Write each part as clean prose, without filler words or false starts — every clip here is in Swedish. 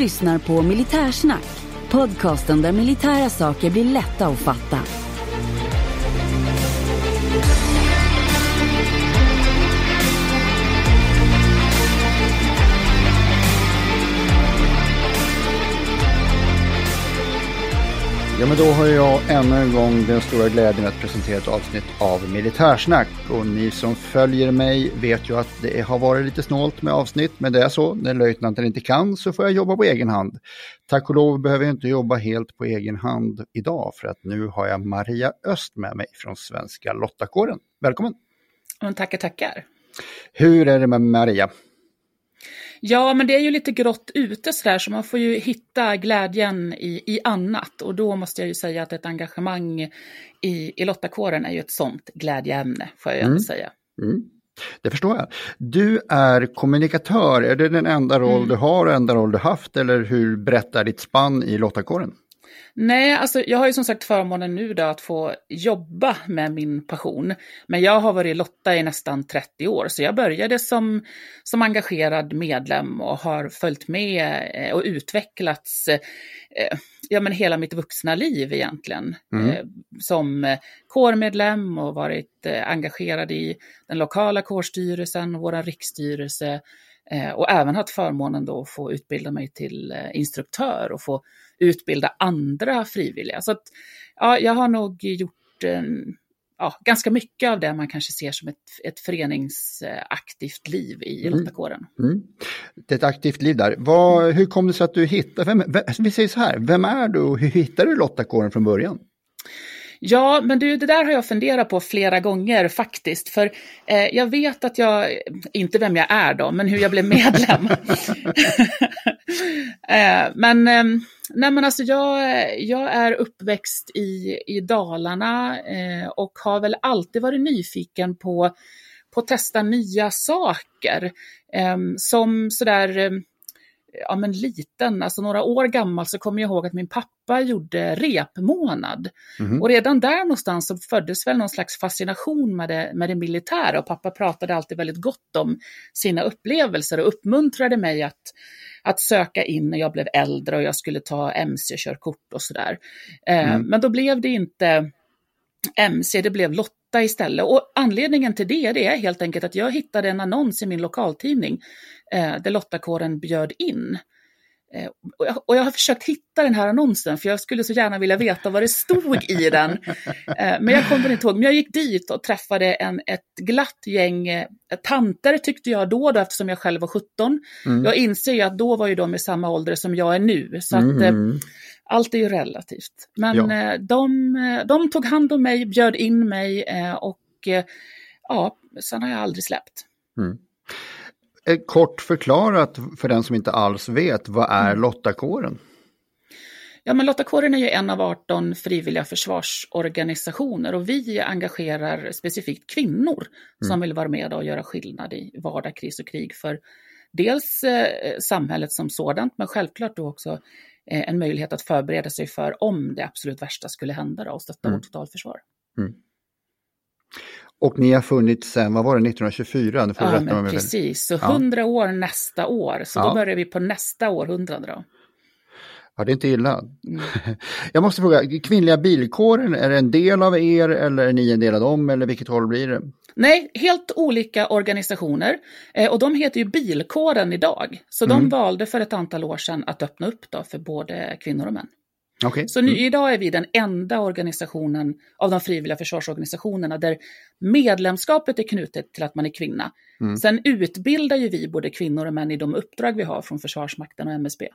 lyssnar på Militärsnack, podcasten där militära saker blir lätta att fatta. Ja, men då har jag ännu en gång den stora glädjen att presentera ett avsnitt av Militärsnack. Och ni som följer mig vet ju att det har varit lite snålt med avsnitt. Men det är så, när löjtnanten inte kan så får jag jobba på egen hand. Tack och lov behöver jag inte jobba helt på egen hand idag. För att nu har jag Maria Öst med mig från Svenska Lottakåren. Välkommen! Tackar. Hur är det med Maria? Ja, men det är ju lite grått ute sådär, så man får ju hitta glädjen i annat. Och då måste jag ju säga att ett engagemang i Lottakåren är ju ett sånt glädjeämne, får jag ändå säga. Det förstår jag. Du är kommunikatör. Är det den enda roll du har och enda roll du haft? Eller hur brett är ditt spann i Lottakåren? Nej, alltså jag har ju som sagt förmånen nu då att få jobba med min passion. Men jag har varit Lotta i nästan 30 år, så jag började som engagerad medlem och har följt med och utvecklats men hela mitt vuxna liv egentligen. Som kårmedlem och varit engagerad i den lokala kårstyrelsen och vår riksstyrelse. Och även haft förmånen då att få utbilda mig till instruktör och få utbilda andra frivilliga. Så att, ja, jag har nog gjort ganska mycket av det man kanske ser som ett föreningsaktivt liv i Lottakåren. Det är ett aktivt liv där. Hur kom det sig att du hittade, vi säger så här, vem är du och hur hittade du Lottakåren från början? Ja, men det där har jag funderat på flera gånger faktiskt. För jag vet att inte vem jag är då, men hur jag blev medlem. Men alltså jag är uppväxt i Dalarna och har väl alltid varit nyfiken på att testa nya saker. Som sådär... liten, alltså några år gammal, så kommer jag ihåg att min pappa gjorde repmånad. Och redan där någonstans så föddes väl någon slags fascination med det militära, och pappa pratade alltid väldigt gott om sina upplevelser och uppmuntrade mig att söka in när jag blev äldre och jag skulle ta MC-körkort och sådär. Men då blev det inte MC, det blev Lotta istället. Och anledningen till det är helt enkelt att jag hittade en annons i min lokaltidning där Lottakåren bjöd in. Och jag har försökt hitta den här annonsen, för jag skulle så gärna vilja veta vad det stod i den. Men jag kommer inte ihåg. Men jag gick dit och träffade ett glatt gäng tanter, tyckte jag då eftersom jag själv var 17. Jag inser ju att då var ju de i samma ålder som jag är nu. Så att allt är ju relativt. Men de tog hand om mig, bjöd in mig och sen har jag aldrig släppt. Kort förklarat för den som inte alls vet, vad är Lottakåren? Ja, men Lottakåren är ju en av 18 frivilliga försvarsorganisationer, och vi engagerar specifikt kvinnor som vill vara med och göra skillnad i vardag, kris och krig för dels samhället som sådant, men självklart då också en möjlighet att förbereda sig för om det absolut värsta skulle hända då, och stötta vårt totalförsvar. Och ni har funnits sen, vad var det, 1924? Nu får ja, men precis. Så 100 år nästa år. Så då börjar vi på nästa århundrade då. Ja, det är inte illa. Jag måste fråga, kvinnliga bilkåren, är det en del av er eller är ni en del av dem, eller vilket håll blir det? Nej, helt olika organisationer. Och de heter ju Bilkåren idag. Så de valde för ett antal år sedan att öppna upp då för både kvinnor och män. Okay. Så nu, idag är vi den enda organisationen av de frivilliga försvarsorganisationerna där medlemskapet är knutet till att man är kvinna. Sen utbildar ju vi både kvinnor och män i de uppdrag vi har från Försvarsmakten och MSB.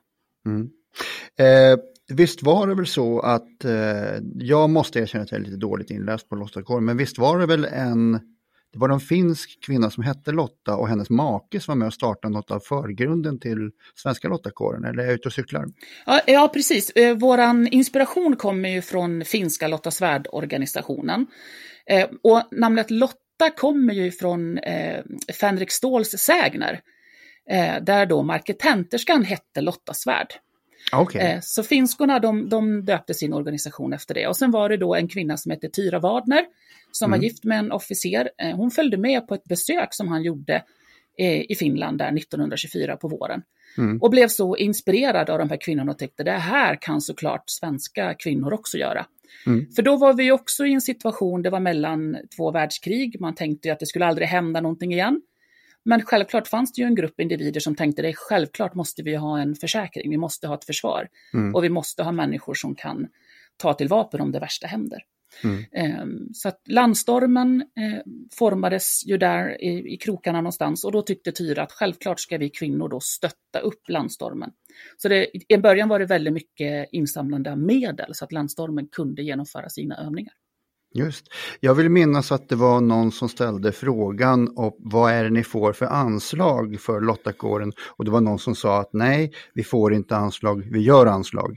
Visst var det väl så att, jag måste erkänna att jag är lite dåligt inläst på Lottakåren, men visst var det väl det var en finsk kvinna som hette Lotta och hennes make som var med och startade något av förgrunden till Svenska Lottakåren, eller är jag ute och cyklar? Ja, precis. Våran inspiration kommer ju från finska Lotta Svärd-organisationen. Och namnet Lotta kommer ju från Fänrik Ståls sägner, där då marketenterskan hette Lotta Svärd. Okay. Så finskorna de döpte sin organisation efter det. Och sen var det då en kvinna som hette Tyra Wadner som var gift med en officer. Hon följde med på ett besök som han gjorde i Finland där 1924 på våren. Och blev så inspirerad av de här kvinnorna och tyckte det här kan såklart svenska kvinnor också göra. För då var vi också i en situation, det var mellan 2 världskrig, man tänkte ju att det skulle aldrig hända någonting igen. Men självklart fanns det ju en grupp individer som tänkte det självklart måste vi ha en försäkring, vi måste ha ett försvar. Och vi måste ha människor som kan ta till vapen om det värsta händer. Så att landstormen formades ju där i krokarna någonstans och då tyckte Tyra att självklart ska vi kvinnor då stötta upp landstormen. Så i början var det väldigt mycket insamlande av medel så att landstormen kunde genomföra sina övningar. Just. Jag vill minnas att det var någon som ställde frågan och vad är det ni får för anslag för Lottakåren? Och det var någon som sa att nej, vi får inte anslag, vi gör anslag.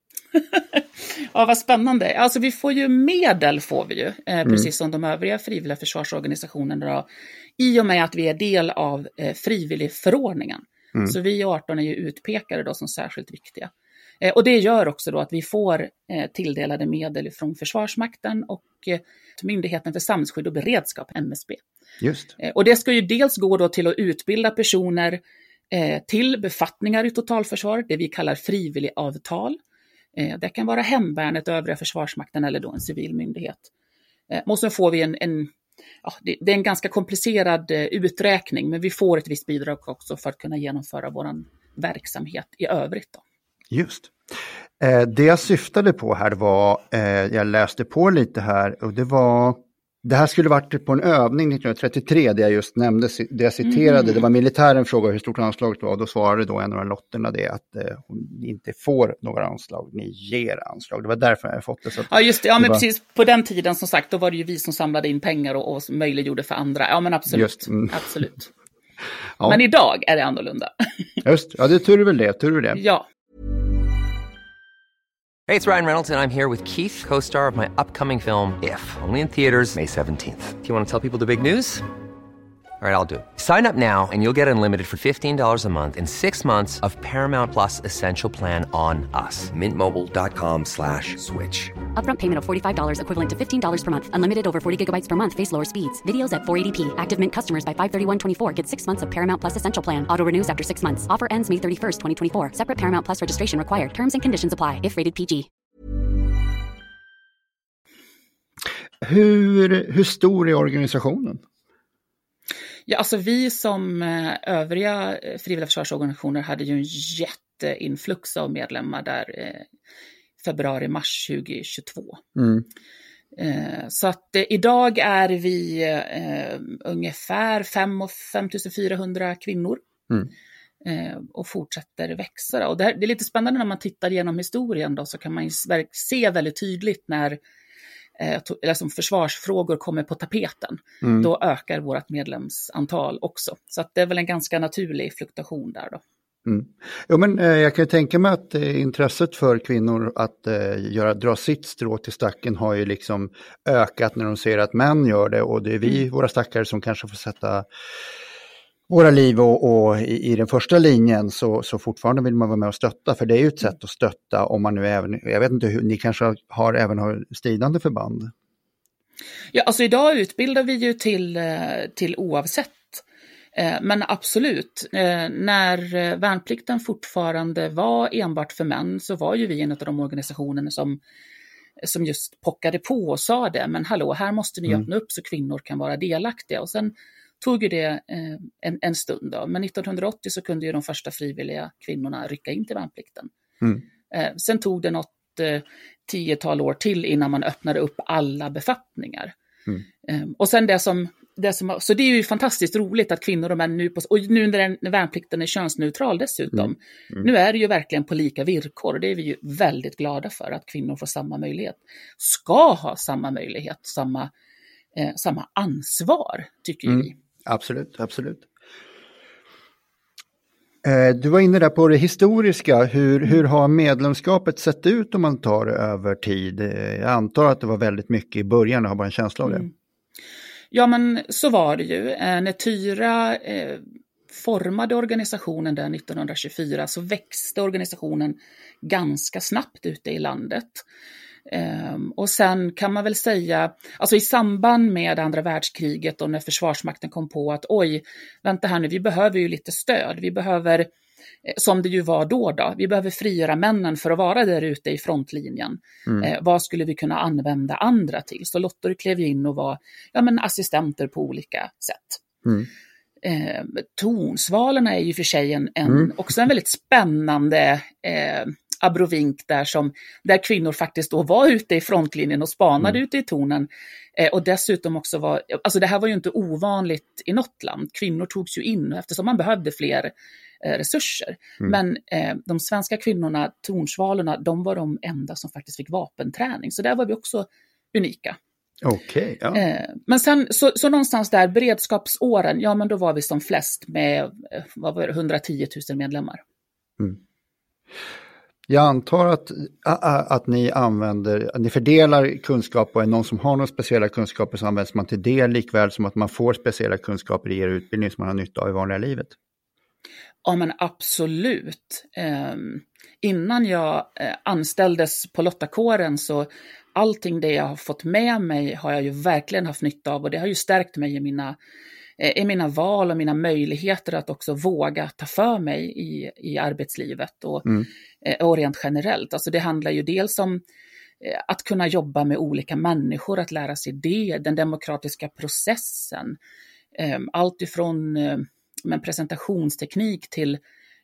Ja, vad spännande. Alltså vi får ju medel får vi ju, precis som de övriga frivilliga försvarsorganisationerna då, i och med att vi är del av frivilligförordningen. Så vi 18 är ju utpekade då som särskilt viktiga. Och det gör också då att vi får tilldelade medel från Försvarsmakten och Myndigheten för samhällsskydd och beredskap, MSB. Just. Och det ska ju dels gå då till att utbilda personer till befattningar i totalförsvar, det vi kallar frivilligavtal. Det kan vara hemvärnet, övriga Försvarsmakten eller då en civil myndighet. Och så får vi det är en ganska komplicerad uträkning, men vi får ett visst bidrag också för att kunna genomföra vår verksamhet i övrigt då. Just. Det jag syftade på här var, jag läste på lite här och det här skulle varit på en övning 1933 det jag just nämnde, det jag citerade, det var militären frågade hur stort anslaget var och då svarade då en av lotterna det att hon inte får några anslag, ni ger anslag. Det var därför jag fått det. Så ja just det, ja men precis på den tiden som sagt då var det ju vi som samlade in pengar och möjliggjorde för andra. Ja men absolut, absolut. Ja. Men idag är det annorlunda. Just, ja det tur är väl det. Ja. Hey, it's Ryan Reynolds, and I'm here with Keith, co-star of my upcoming film, If, only in theaters May 17th. Do you want to tell people the big news? All right, I'll do it. Sign up now and you'll get unlimited for $15 a month and 6 months of Paramount Plus Essential Plan on us. MintMobile.com/switch. Upfront payment of $45 equivalent to $15 per month. Unlimited over 40 gigabytes per month. Face lower speeds. Videos at 480p. Active Mint customers by 531.24 get 6 months of Paramount Plus Essential Plan. Auto renews after 6 months. Offer ends May 31st, 2024. Separate Paramount Plus registration required. Terms and conditions apply if rated PG. Hur stor är organisationen? Ja, alltså vi som övriga frivilliga försvarsorganisationer hade ju en jätteinflux av medlemmar där februari-mars 2022. Så att idag är vi ungefär 5400 kvinnor och fortsätter växa. Och det är lite spännande när man tittar genom historien då, så kan man ju se väldigt tydligt när som försvarsfrågor kommer på tapeten, då ökar vårt medlemsantal också. Så att det är väl en ganska naturlig fluktuation där då. Jo, men jag kan tänka mig att intresset för kvinnor att dra sitt strå till stacken har ju liksom ökat när de ser att män gör det, och det är vi, våra stackare, som kanske får sätta våra liv och i den första linjen, så fortfarande vill man vara med och stötta, för det är ju ett sätt att stötta om man nu även, jag vet inte hur, ni kanske har stridande förband? Ja, alltså idag utbildar vi ju till oavsett, men absolut, när värnplikten fortfarande var enbart för män så var ju vi en av de organisationerna som just pockade på och sa det, men hallå, här måste ni öppna upp så kvinnor kan vara delaktiga, och sen tog ju det en stund då. Men 1980 så kunde ju de första frivilliga kvinnorna rycka in till värnplikten. Sen tog det något 10-tal år till innan man öppnade upp alla befattningar. Och sen så det är ju fantastiskt roligt att kvinnor och män och nu när värnplikten är könsneutral dessutom, nu är det ju verkligen på lika villkor, och det är vi ju väldigt glada för, att kvinnor får samma möjlighet. Ska ha samma möjlighet, samma ansvar, tycker vi. Absolut. Du var inne där på det historiska. Hur har medlemskapet sett ut om man tar det över tid? Jag antar att det var väldigt mycket i början, jag har bara en känsla av det. Ja, men så var det ju. När Tyra formade organisationen där 1924 så växte organisationen ganska snabbt ute i landet. Och sen kan man väl säga, alltså i samband med andra världskriget och när Försvarsmakten kom på att vänta här nu, vi behöver ju lite stöd, vi behöver som det ju var då. Vi behöver frigöra männen för att vara där ute i frontlinjen. Vad skulle vi kunna använda andra till? Så lottor klev in och var assistenter på olika sätt. Tornsvalorna är ju för sig också en väldigt spännande abrovink där kvinnor faktiskt då var ute i frontlinjen och spanade ute i tornen. Och dessutom också det här var ju inte ovanligt i något land. Kvinnor togs ju in eftersom man behövde fler resurser. Men de svenska kvinnorna, tornsvalorna, de var de enda som faktiskt fick vapenträning. Så där var vi också unika. Okej, ja. Men sen så någonstans där, beredskapsåren, men då var vi som flest med 110 000 medlemmar. Jag antar att ni fördelar kunskap och är någon som har några speciella kunskaper så används man till det likväl som att man får speciella kunskaper i er utbildning som man har nytta av i vanliga livet. Ja, men absolut. Innan jag anställdes på lottakåren så allting det jag har fått med mig har jag ju verkligen haft nytta av och det har ju stärkt mig i mina val och mina möjligheter att också våga ta för mig i arbetslivet och rent generellt. Alltså det handlar ju dels om att kunna jobba med olika människor, att lära sig den demokratiska processen. Allt ifrån presentationsteknik till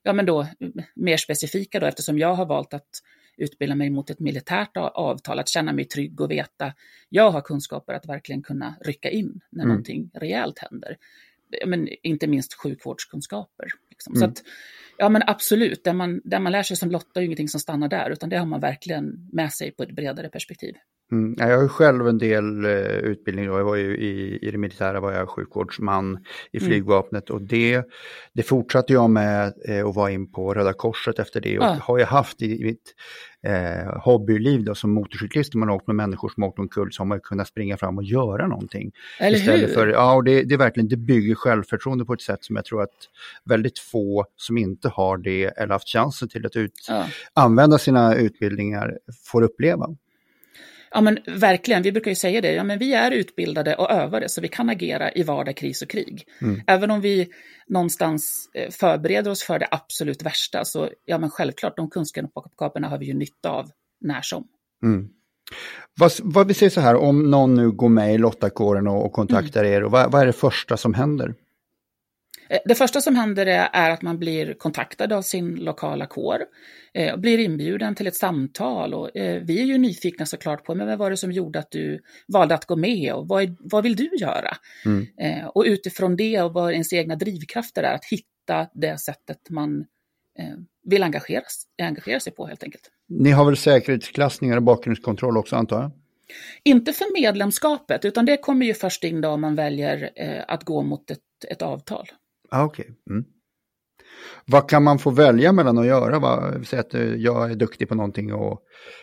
mer specifika eftersom jag har valt att utbilda mig mot ett militärt avtal, att känna mig trygg och veta jag har kunskaper att verkligen kunna rycka in när någonting rejält händer. Men inte minst sjukvårdskunskaper. Liksom. Så att, absolut, det man lär sig som lotta är ju ingenting som stannar där, utan det har man verkligen med sig på ett bredare perspektiv. Jag har ju själv en del utbildning då. Jag var ju i det militära, var jag sjukvårdsman i flygvapnet och det fortsatte jag med att vara in på Röda Korset efter det och har jag haft i mitt hobbyliv då, som motorcyklist, man har åkt med människor som åkt omkull så har man ju kunnat springa fram och göra någonting. Eller istället hur? För, och det är verkligen, det bygger självförtroende på ett sätt som jag tror att väldigt få som inte har det eller haft chansen till att använda sina utbildningar får uppleva. Ja men verkligen, vi brukar ju säga det, men vi är utbildade och övade så vi kan agera i vardag, kris och krig. Även om vi någonstans förbereder oss för det absolut värsta så självklart de kunskaperna har vi ju nytta av när som. Vad vi säger så här, om någon nu går med i lottakåren och kontaktar er, och vad är det första som händer? Det första som händer är att man blir kontaktad av sin lokala kår och blir inbjuden till ett samtal. Och, vi är ju nyfikna såklart på men vad var det som gjorde att du valde att gå med och vad vill du göra? Och utifrån det och vad ens egna drivkrafter är att hitta det sättet man vill engagera sig på helt enkelt. Ni har väl säkerhetsklassningar och bakgrundskontroll också antar jag? Inte för medlemskapet utan det kommer ju först in då om man väljer att gå mot ett avtal. Okej. Vad kan man få välja mellan att göra? Säg att jag är duktig på någonting och...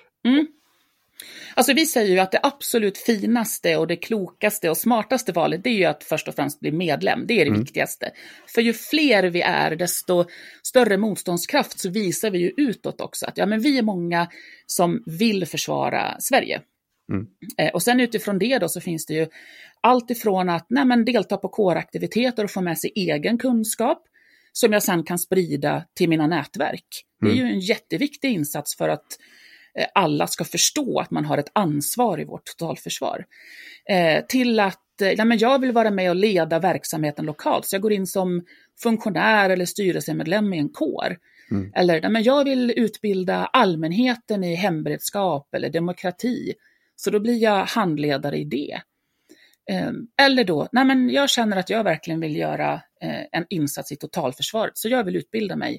Alltså vi säger ju att det absolut finaste och det klokaste och smartaste valet det är ju att först och främst bli medlem. Det är det viktigaste. För ju fler vi är desto större motståndskraft så visar vi ju utåt också att men vi är många som vill försvara Sverige. Och sen utifrån det då så finns det ju allt ifrån att delta på kåraktiviteter och få med sig egen kunskap som jag sen kan sprida till mina nätverk. Det är ju en jätteviktig insats för att alla ska förstå att man har ett ansvar i vårt totalförsvar. Till att jag vill vara med och leda verksamheten lokalt så jag går in som funktionär eller styrelsemedlem i en kår. Eller jag vill utbilda allmänheten i hemberedskap eller demokrati. Så då blir jag handledare i det. Eller då, jag känner att jag verkligen vill göra en insats i totalförsvaret. Så jag vill utbilda mig.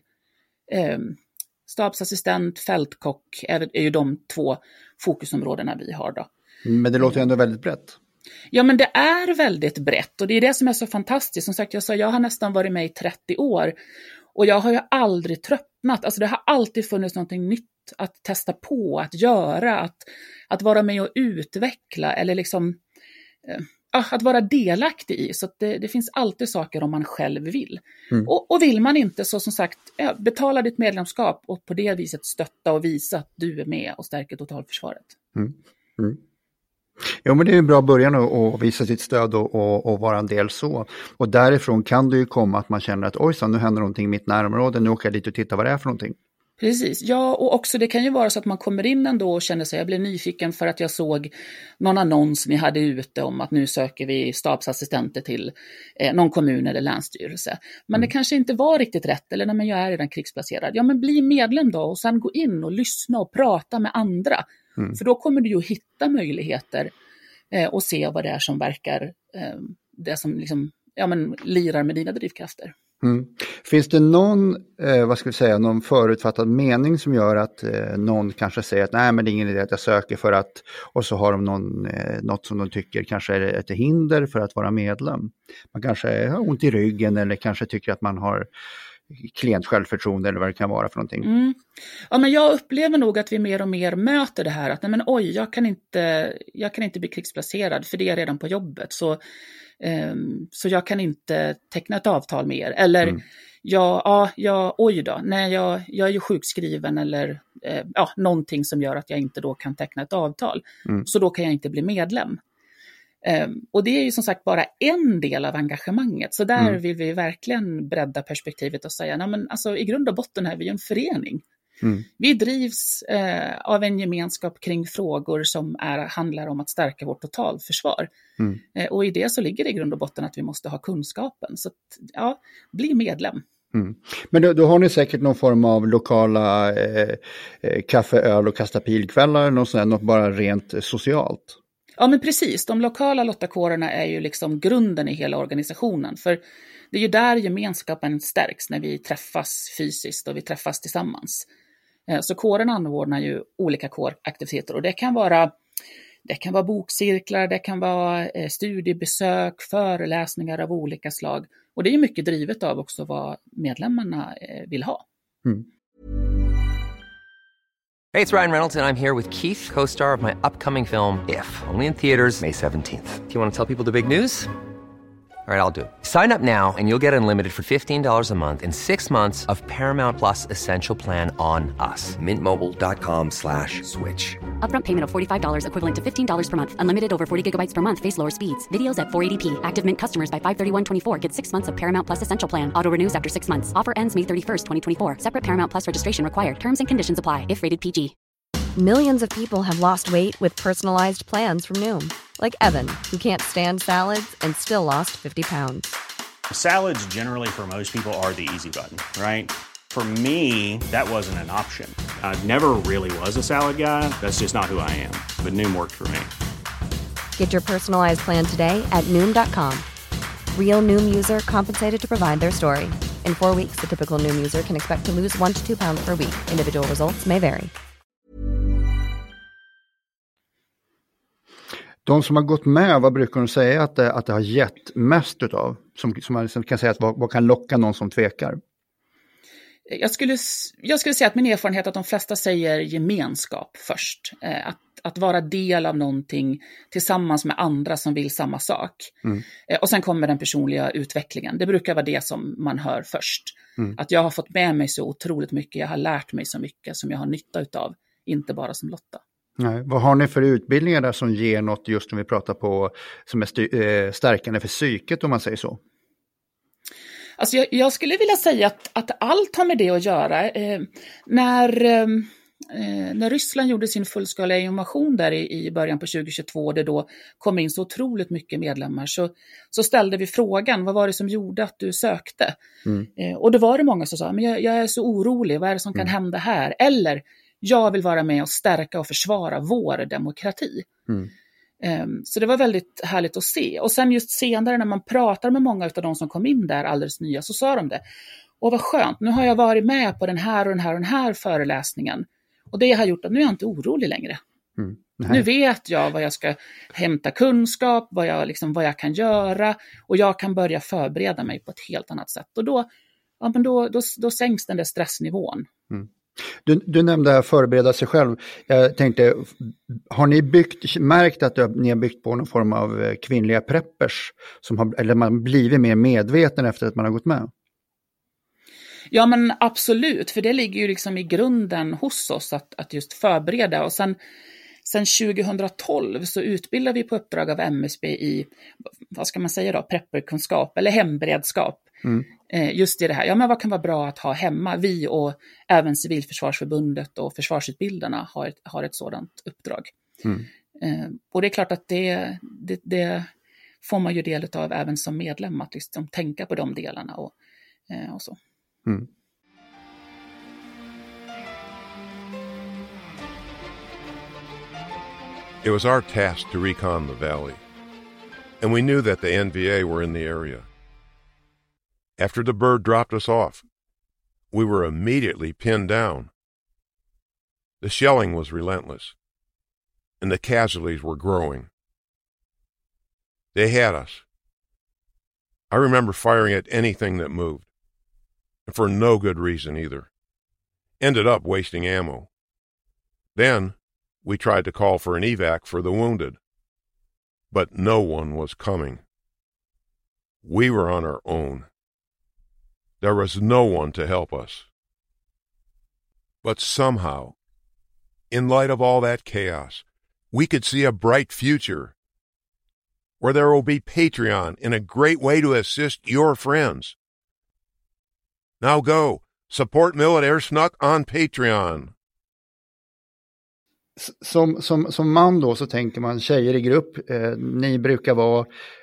Stabsassistent, fältkock är ju de 2 fokusområdena vi har då. Men det låter ändå väldigt brett. Ja men det är väldigt brett och det är det som är så fantastiskt. Som sagt, jag har nästan varit med i 30 år. Och jag har ju aldrig tröttnat. Alltså det har alltid funnits någonting nytt att testa på, att göra, att vara med och utveckla eller liksom att vara delaktig i. Så att det finns alltid saker om man själv vill. Och vill man inte så som sagt, betala ditt medlemskap och på det viset stötta och visa att du är med och stärker totalförsvaret. Jo, men det är en bra början att visa sitt stöd och vara en del så. Och därifrån kan det ju komma att man känner att ojsan, nu händer någonting i mitt närområde, nu åker jag dit och tittar vad det är för någonting. Precis, ja, och också det kan ju vara så att man kommer in ändå och känner sig, jag blev nyfiken för att jag såg någon annons ni hade ute om att nu söker vi stabsassistenter till någon kommun eller länsstyrelse. Men det kanske inte var riktigt rätt, eller när jag är redan krigsplacerad. Ja, men bli medlem då och sen gå in och lyssna och prata med andra. För då kommer du ju hitta möjligheter och se vad det är som verkar, det som liksom, ja, men lirar med dina drivkrafter. Finns det någon, någon förutfattad mening som gör att någon kanske säger att nej, men det är ingen idé att jag söker för att, och så har de något som de tycker kanske är ett hinder för att vara medlem. Man kanske har ont i ryggen eller kanske tycker att man har klent självförtroende eller vad det kan vara för någonting. Ja, men jag upplever nog att vi mer och mer möter det här att nej, men oj, jag kan inte bli krigsplacerad för det är redan på jobbet, så jag kan inte teckna ett avtal med er. Eller oj då, nej, jag är ju sjukskriven eller någonting som gör att jag inte då kan teckna ett avtal. Så då kan jag inte bli medlem. Och det är ju som sagt bara en del av engagemanget. Så där vill vi verkligen bredda perspektivet och säga, nej, men alltså, i grund och botten är vi en förening. Vi drivs av en gemenskap kring frågor som handlar om att stärka vårt totalförsvar. Och i det så ligger det i grund och botten att vi måste ha kunskapen. Så att, bli medlem. Men då har ni säkert någon form av lokala kaffe, öl och kasta pilkvällar, något bara rent socialt. Ja, men precis. De lokala lottakårerna är ju liksom grunden i hela organisationen. För det är ju där gemenskapen stärks, när vi träffas fysiskt och vi träffas tillsammans. Så kåren anordnar ju olika kåraktiviteter, och det kan vara bokcirklar, det kan vara studiebesök, föreläsningar av olika slag. Och det är ju mycket drivet av också vad medlemmarna vill ha. Hey, it's Ryan Reynolds, and I'm here with Keith, co-star of my upcoming film, If, only in theaters May 17th. Do you want to tell people the big news? All right, I'll do it. Sign up now and you'll get unlimited for $15 a month and 6 months of Paramount Plus Essential Plan on us. MintMobile.com/switch. Upfront payment of $45 equivalent to $15 per month. Unlimited over 40 gigabytes per month. Face lower speeds. Videos at 480p. Active Mint customers by 531.24 get 6 months of Paramount Plus Essential Plan. Auto renews after 6 months. Offer ends May 31st, 2024. Separate Paramount Plus registration required. Terms and conditions apply if rated PG. Millions of people have lost weight with personalized plans from Noom. Like Evan, who can't stand salads and still lost 50 pounds. Salads generally for most people are the easy button, right? For me, that wasn't an option. I never really was a salad guy. That's just not who I am. But Noom worked for me. Get your personalized plan today at Noom.com. Real Noom user compensated to provide their story. In 4 weeks, the typical Noom user can expect to lose 1 to 2 pounds per week. Individual results may vary. De som har gått med, vad brukar de säga att det har gett mest utav? Som man kan säga att vad kan locka någon som tvekar? Jag skulle säga att min erfarenhet är att de flesta säger gemenskap först. Att vara del av någonting tillsammans med andra som vill samma sak. Och sen kommer den personliga utvecklingen. Det brukar vara det som man hör först. Att jag har fått med mig så otroligt mycket. Jag har lärt mig så mycket som jag har nytta utav. Inte bara som Lotta. Nej. Vad har ni för utbildningar där som ger något, just när vi pratar på, som är stärkande för psyket, om man säger så? Alltså jag skulle vilja säga att allt har med det att göra. När Ryssland gjorde sin fullskaliga invasion där i början på 2022, det då kom in så otroligt mycket medlemmar, så ställde vi frågan, vad var det som gjorde att du sökte? Och då var det många som sa, men jag är så orolig, vad är det som kan hända här? Eller, jag vill vara med och stärka och försvara vår demokrati. Så det var väldigt härligt att se. Och sen just senare när man pratar med många av de som kom in där alldeles nya, så sa de det. Och vad skönt, nu har jag varit med på den här och den här och den här föreläsningen. Och det har gjort att nu är jag inte orolig längre. Nu vet jag vad jag ska hämta kunskap, vad jag kan göra. Och jag kan börja förbereda mig på ett helt annat sätt. Och då sänks den där stressnivån. Du nämnde att förbereda sig själv. Jag tänkte, har ni märkt att ni har byggt på någon form av kvinnliga preppers eller man blivit mer medveten efter att man har gått med? Ja, men absolut, för det ligger ju liksom i grunden hos oss att just förbereda. Och sen Sen 2012 så utbildar vi på uppdrag av MSB i, vad ska man säga då, prepperkunskap eller hemberedskap. Just i det här, ja men vad kan vara bra att ha hemma? Vi och även Civilförsvarsförbundet och försvarsutbildarna har ett sådant uppdrag. Och det är klart att det får man ju del av även som medlem, att liksom tänka på de delarna och så. It was our task to recon the valley, and we knew that the NVA were in the area. After the bird dropped us off, we were immediately pinned down. The shelling was relentless, and the casualties were growing. They had us. I remember firing at anything that moved, and for no good reason either. Ended up wasting ammo. Then we tried to call for an evac for the wounded, but no one was coming. We were on our own. There was no one to help us. But somehow, in light of all that chaos, we could see a bright future where there will be Patreon and a great way to assist your friends. Now go, support Militaire Snack on Patreon. Som man då så tänker man tjejer i grupp, ni brukar vara,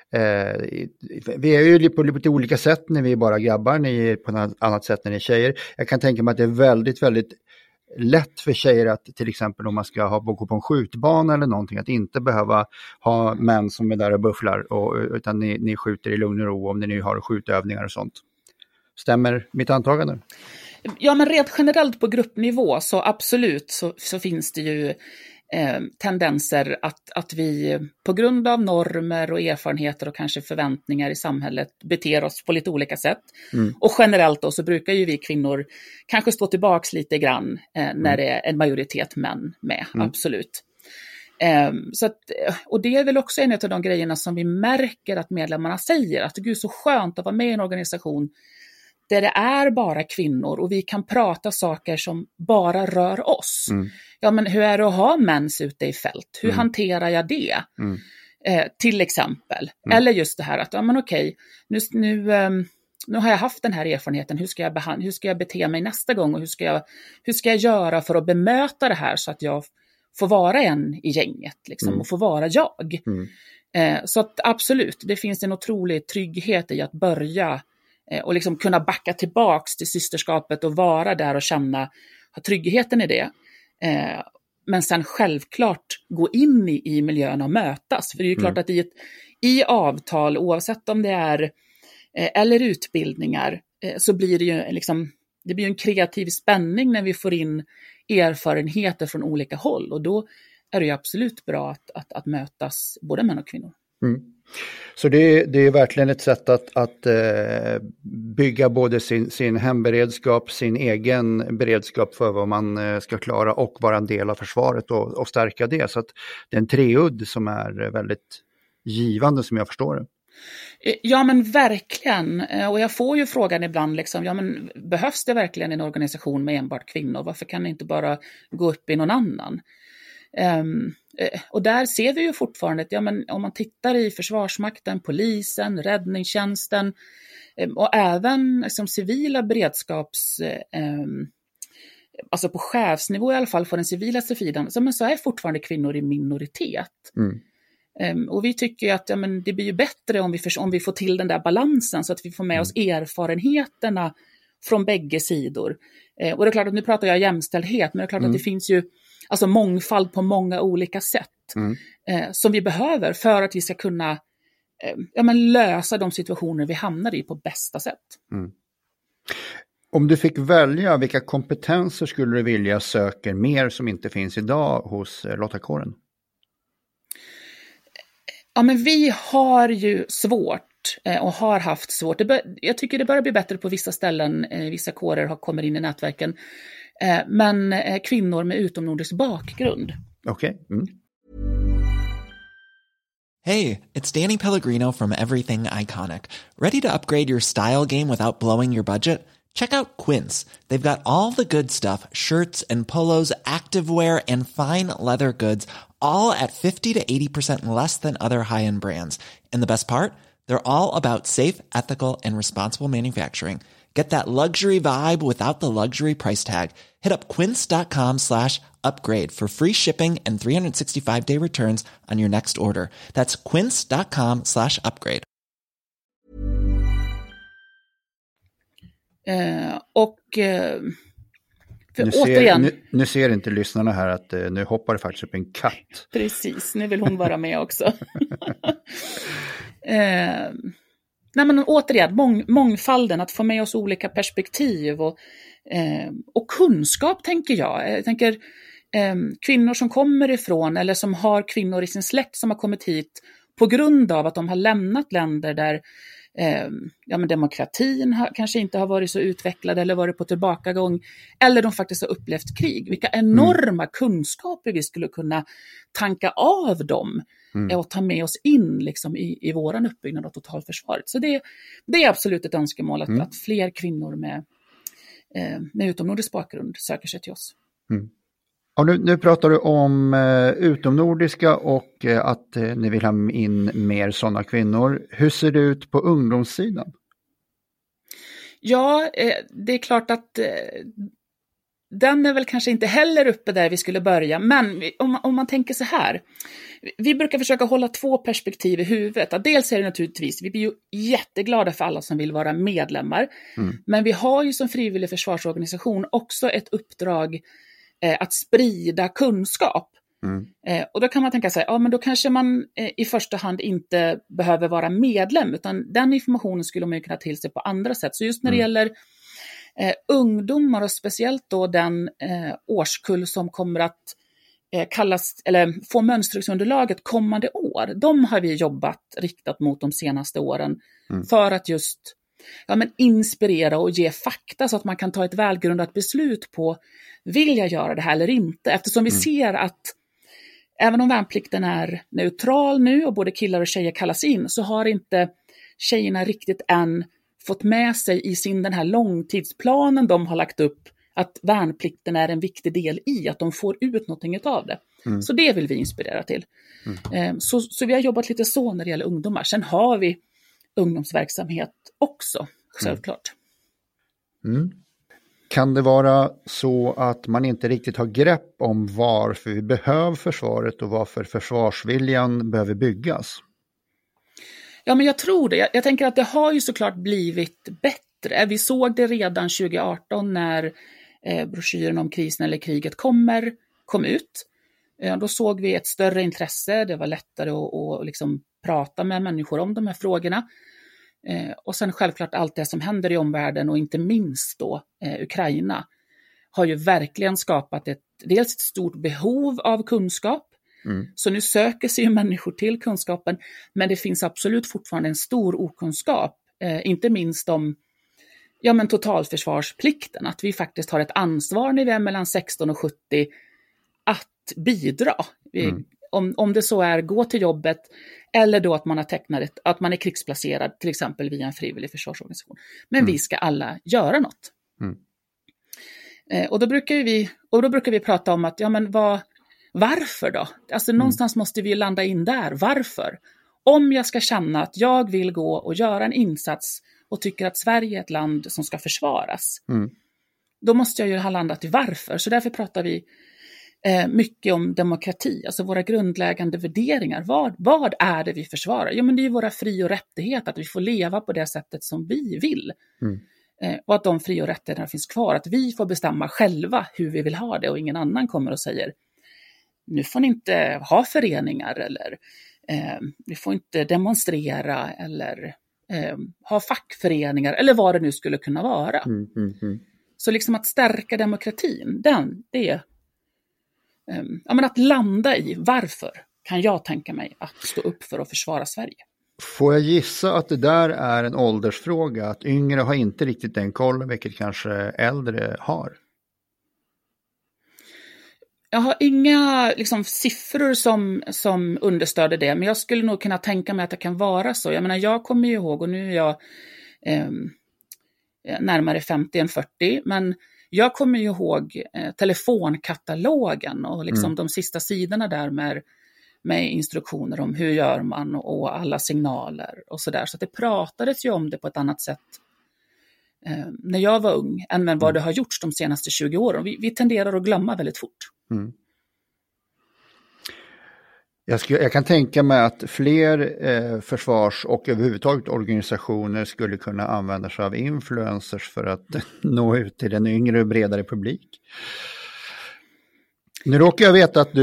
vi är ju på lite olika sätt när vi är bara grabbar, ni är på något annat sätt när ni är tjejer. Jag kan tänka mig att det är väldigt, väldigt lätt för tjejer att till exempel om man ska gå på en skjutbana eller någonting, att inte behöva ha män som är där och bufflar, utan ni skjuter i lugn och ro om ni nu har skjutövningar och sånt. Stämmer mitt antagande? Ja, men rent generellt på gruppnivå så absolut så finns det ju tendenser att vi på grund av normer och erfarenheter och kanske förväntningar i samhället beter oss på lite olika sätt. Och generellt då så brukar ju vi kvinnor kanske stå tillbaks lite grann när det är en majoritet män med, absolut. Så att, och det är väl också en av de grejerna som vi märker att medlemmarna säger, att det är så skönt att vara med i en organisation där det är bara kvinnor och vi kan prata saker som bara rör oss. Ja, men hur är det att ha mens ute i fält? Hur hanterar jag det? Till exempel. Eller just det här att, ja men okej, nu har jag haft den här erfarenheten. Hur ska jag bete mig nästa gång? Och hur ska jag göra för att bemöta det här så att jag får vara en i gänget liksom, och får vara jag? Så att absolut, det finns en otrolig trygghet i att börja och liksom kunna backa tillbaks till systerskapet och vara där och ha tryggheten i det. Men sen självklart gå in i miljön och mötas. För det är ju klart att i avtal, oavsett om det är eller utbildningar, så blir det ju liksom, det blir en kreativ spänning när vi får in erfarenheter från olika håll. Och då är det ju absolut bra att mötas både män och kvinnor. Så det är verkligen ett sätt att bygga både sin hemberedskap, sin egen beredskap för vad man ska klara och vara en del av försvaret och stärka det. Så att det är en treudd som är väldigt givande som jag förstår det. Ja men verkligen, och jag får ju frågan ibland liksom, ja men behövs det verkligen en organisation med enbart kvinnor? Varför kan det inte bara gå upp i någon annan? Och där ser vi ju fortfarande att, ja, men om man tittar i Försvarsmakten, polisen, räddningstjänsten och även liksom, civila beredskaps, alltså på chefsnivå i alla fall för den civila sidan, så är fortfarande kvinnor i minoritet. Och vi tycker ju att ja, men det blir ju bättre om vi får till den där balansen så att vi får med oss erfarenheterna från bägge sidor. Och det är klart att nu pratar jag jämställdhet, men det är klart att det finns ju alltså mångfald på många olika sätt som vi behöver för att vi ska kunna lösa de situationer vi hamnar i på bästa sätt. Om du fick välja, vilka kompetenser skulle du vilja söker mer som inte finns idag hos Lottakåren? Ja, men vi har ju svårt och har haft svårt. Jag tycker det börjar bli bättre på vissa ställen. Vissa kårer kommer in i nätverken. Men kvinnor med utomnordisk bakgrund. Okej. Hey, it's Danny Pellegrino from Everything Iconic. Ready to upgrade your style game without blowing your budget? Check out Quince. They've got all the good stuff, shirts and polos, activewear and fine leather goods, all at 50 to 80% less than other high-end brands. And the best part? They're all about safe, ethical, and responsible manufacturing. Get that luxury vibe without the luxury price tag. Hit up quince.com/upgrade for free shipping and 365-day returns on your next order. That's quince.com/upgrade. Nu ser inte lyssnarna här att nu hoppar det faktiskt upp en katt. Precis, nu vill hon vara med också. Nej, men återigen, mångfalden, att få med oss olika perspektiv och kunskap, tänker jag. Jag tänker kvinnor som kommer ifrån eller som har kvinnor i sin släkt som har kommit hit på grund av att de har lämnat länder där men demokratin kanske inte har varit så utvecklad eller varit på tillbakagång, eller de faktiskt har upplevt krig. Vilka enorma kunskaper vi skulle kunna tanka av dem och ta med oss in liksom, i våran uppbyggnad av totalförsvaret. Så det är absolut ett önskemål att fler kvinnor med utomnordisk bakgrund söker sig till oss. Mm. Ja, nu pratar du om utomnordiska och att ni vill ha in mer sådana kvinnor. Hur ser det ut på ungdomssidan? Ja, det är klart att den är väl kanske inte heller uppe där vi skulle börja. Men om man tänker så här. Vi brukar försöka hålla två perspektiv i huvudet. Att dels är det naturligtvis, vi blir ju jätteglada för alla som vill vara medlemmar. Men vi har ju som frivillig försvarsorganisation också ett uppdrag att sprida kunskap. Och då kan man tänka sig, men då kanske man i första hand inte behöver vara medlem, utan den informationen skulle man ju kunna till sig på andra sätt. Så just när det gäller ungdomar och speciellt då den årskull som kommer att kallas eller få mönstringsunderlaget kommande år, de har vi jobbat riktat mot de senaste åren för att just inspirera och ge fakta så att man kan ta ett välgrundat beslut på, vill jag göra det här eller inte? Eftersom vi ser att även om värnplikten är neutral nu och både killar och tjejer kallas in, så har inte tjejerna riktigt än fått med sig i den här långtidsplanen de har lagt upp att värnplikten är en viktig del i att de får ut någonting av det. Så det vill vi inspirera till. Så vi har jobbat lite så när det gäller ungdomar. Sen har vi ungdomsverksamhet också, självklart. Kan det vara så att man inte riktigt har grepp om varför vi behöver försvaret och varför försvarsviljan behöver byggas? Ja, men jag tror det. Jag tänker att det har ju såklart blivit bättre. Vi såg det redan 2018 när broschyren om krisen eller kriget kom ut. Då såg vi ett större intresse. Det var lättare att liksom prata med människor om de här frågorna. Och sen självklart allt det som händer i omvärlden och inte minst då Ukraina har ju verkligen skapat dels ett stort behov av kunskap. Så nu söker sig ju människor till kunskapen, men det finns absolut fortfarande en stor okunskap, inte minst om totalförsvarsplikten, att vi faktiskt har ett ansvar när vi är mellan 16 och 70 att bidra. Om det så är gå till jobbet eller då att man har tecknat att man är krigsplacerad till exempel via en frivillig försvarsorganisation. Men vi ska alla göra något. Och då brukar vi prata om att varför då? Alltså någonstans måste vi landa in där. Varför? Om jag ska känna att jag vill gå och göra en insats och tycker att Sverige är ett land som ska försvaras, då måste jag ju ha landat i varför. Så därför pratar vi mycket om demokrati, alltså våra grundläggande värderingar. Vad är det vi försvarar? Ja, men det är ju våra fri- och rättigheter, att vi får leva på det sättet som vi vill. Och att de fri- och rättigheterna finns kvar, att vi får bestämma själva hur vi vill ha det och ingen annan kommer och säger nu får ni inte ha föreningar eller ni får inte demonstrera eller ha fackföreningar eller vad det nu skulle kunna vara. Så liksom att stärka demokratin, det är att landa i varför kan jag tänka mig att stå upp för att försvara Sverige. Får jag gissa att det där är en åldersfråga, att yngre har inte riktigt den kollen, vilket kanske äldre har? Jag har inga siffror som understöder det, men jag skulle nog kunna tänka mig att det kan vara så. Jag menar, jag kommer ju ihåg, och nu är jag närmare 50 än 40, men jag kommer ju ihåg telefonkatalogen och liksom de sista sidorna där med instruktioner om hur gör man och alla signaler och sådär. Så att det pratades ju om det på ett annat sätt när jag var ung än vad det har gjorts de senaste 20 åren. Vi tenderar att glömma väldigt fort. Mm. Jag kan tänka mig att fler försvars- och överhuvudtaget organisationer skulle kunna använda sig av influencers för att nå ut till en yngre och bredare publik. Nu råkar jag veta att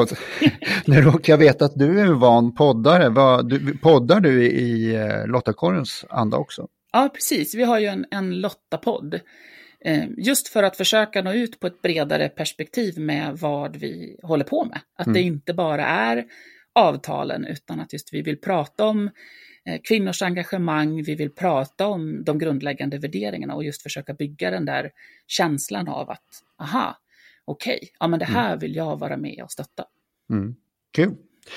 du är en van poddare. Poddar du i Lottakorrens anda också? Ja, precis. Vi har ju en Lotta-podd. Just för att försöka nå ut på ett bredare perspektiv med vad vi håller på med. Att det inte bara är avtalen utan att just vi vill prata om kvinnors engagemang, vi vill prata om de grundläggande värderingarna och just försöka bygga den där känslan av att okej, men det här vill jag vara med och stötta. Kul.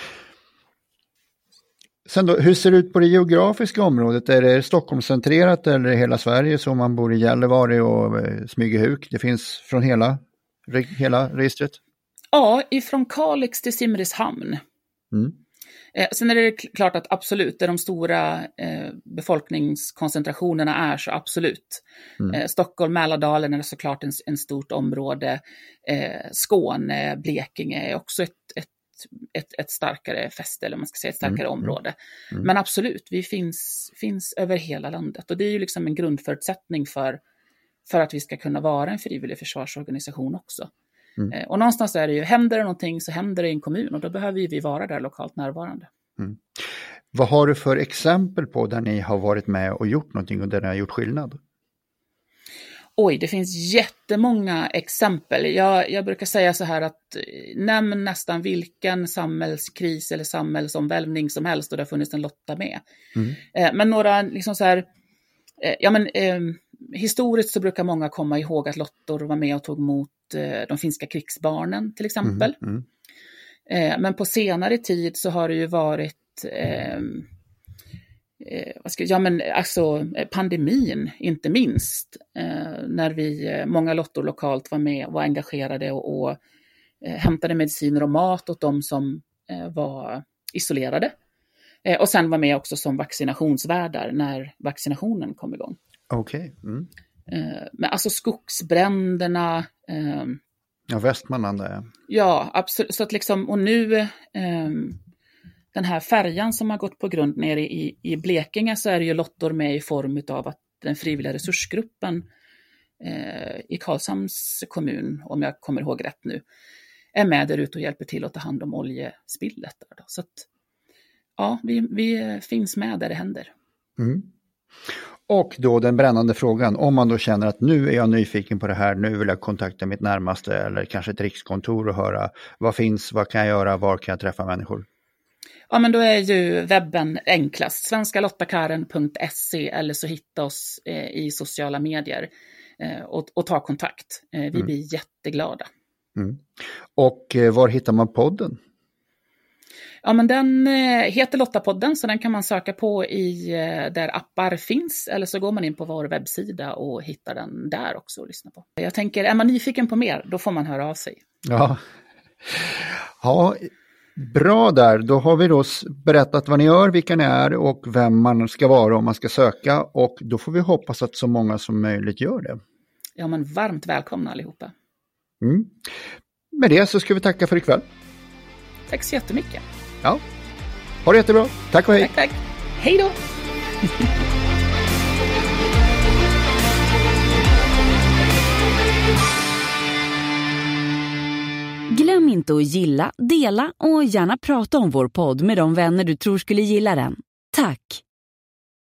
Sen då, hur ser det ut på det geografiska området? Är det Stockholmscentrerat eller hela Sverige som man bor i Gällivare och Smygehuk? Det finns från hela registret? Ja, ifrån Kalix till Simrishamn. Sen är det klart att absolut, där de stora befolkningskoncentrationerna är så absolut. Stockholm, Mälardalen är såklart en stort område. Skåne, Blekinge är också ett starkare fäste, eller man ska säga ett starkare område. Men absolut, vi finns över hela landet. Och det är ju liksom en grundförutsättning för att vi ska kunna vara en frivillig försvarsorganisation också. Och någonstans är det ju, händer det någonting så händer det i en kommun och då behöver vi vara där lokalt närvarande. Vad har du för exempel på där ni har varit med och gjort någonting och där ni har gjort skillnad? Oj, det finns jättemånga exempel. Jag brukar säga så här att nämn nästan vilken samhällskris eller samhällsomvälvning som helst och det har funnits en Lotta med. Men några liksom så här, historiskt så brukar många komma ihåg att Lottor var med och tog emot de finska krigsbarnen till exempel. Men på senare tid så har det ju varit pandemin inte minst, när många Lottor lokalt var med och var engagerade och hämtade mediciner och mat åt de som var isolerade. Och sen var med också som vaccinationsvärdar när vaccinationen kom igång. Okej. Men alltså skogsbränderna. Västmanland är. Ja, absolut. Så att liksom, och nu den här färjan som har gått på grund nere i Blekinge, så är det ju Lottor med i form av att den frivilliga resursgruppen i Karlshamns kommun, om jag kommer ihåg rätt nu, är med där ute och hjälper till att ta hand om oljespillet där då. Så att ja, vi finns med där det händer. Och då den brännande frågan, om man då känner att nu är jag nyfiken på det här, nu vill jag kontakta mitt närmaste eller kanske ett rikskontor och höra vad finns, vad kan jag göra, var kan jag träffa människor? Ja, men då är ju webben enklast, svenskalottakaren.se, eller så hitta oss i sociala medier och ta kontakt. Vi blir jätteglada. Och var hittar man podden? Ja, men den heter Lottapodden, så den kan man söka på där appar finns, eller så går man in på vår webbsida och hittar den där också och lyssnar på. Jag tänker, är man nyfiken på mer, då får man höra av sig. Ja, bra där. Då har vi då berättat vad ni gör, vilka ni är och vem man ska vara om man ska söka, och då får vi hoppas att så många som möjligt gör det. Ja, men varmt välkomna allihopa. Med det så ska vi tacka för ikväll. Tack så jättemycket. Ja, ha det jättebra. Tack och hej. Tack. Hej då. Glöm inte att gilla, dela och gärna prata om vår podd med de vänner du tror skulle gilla den. Tack!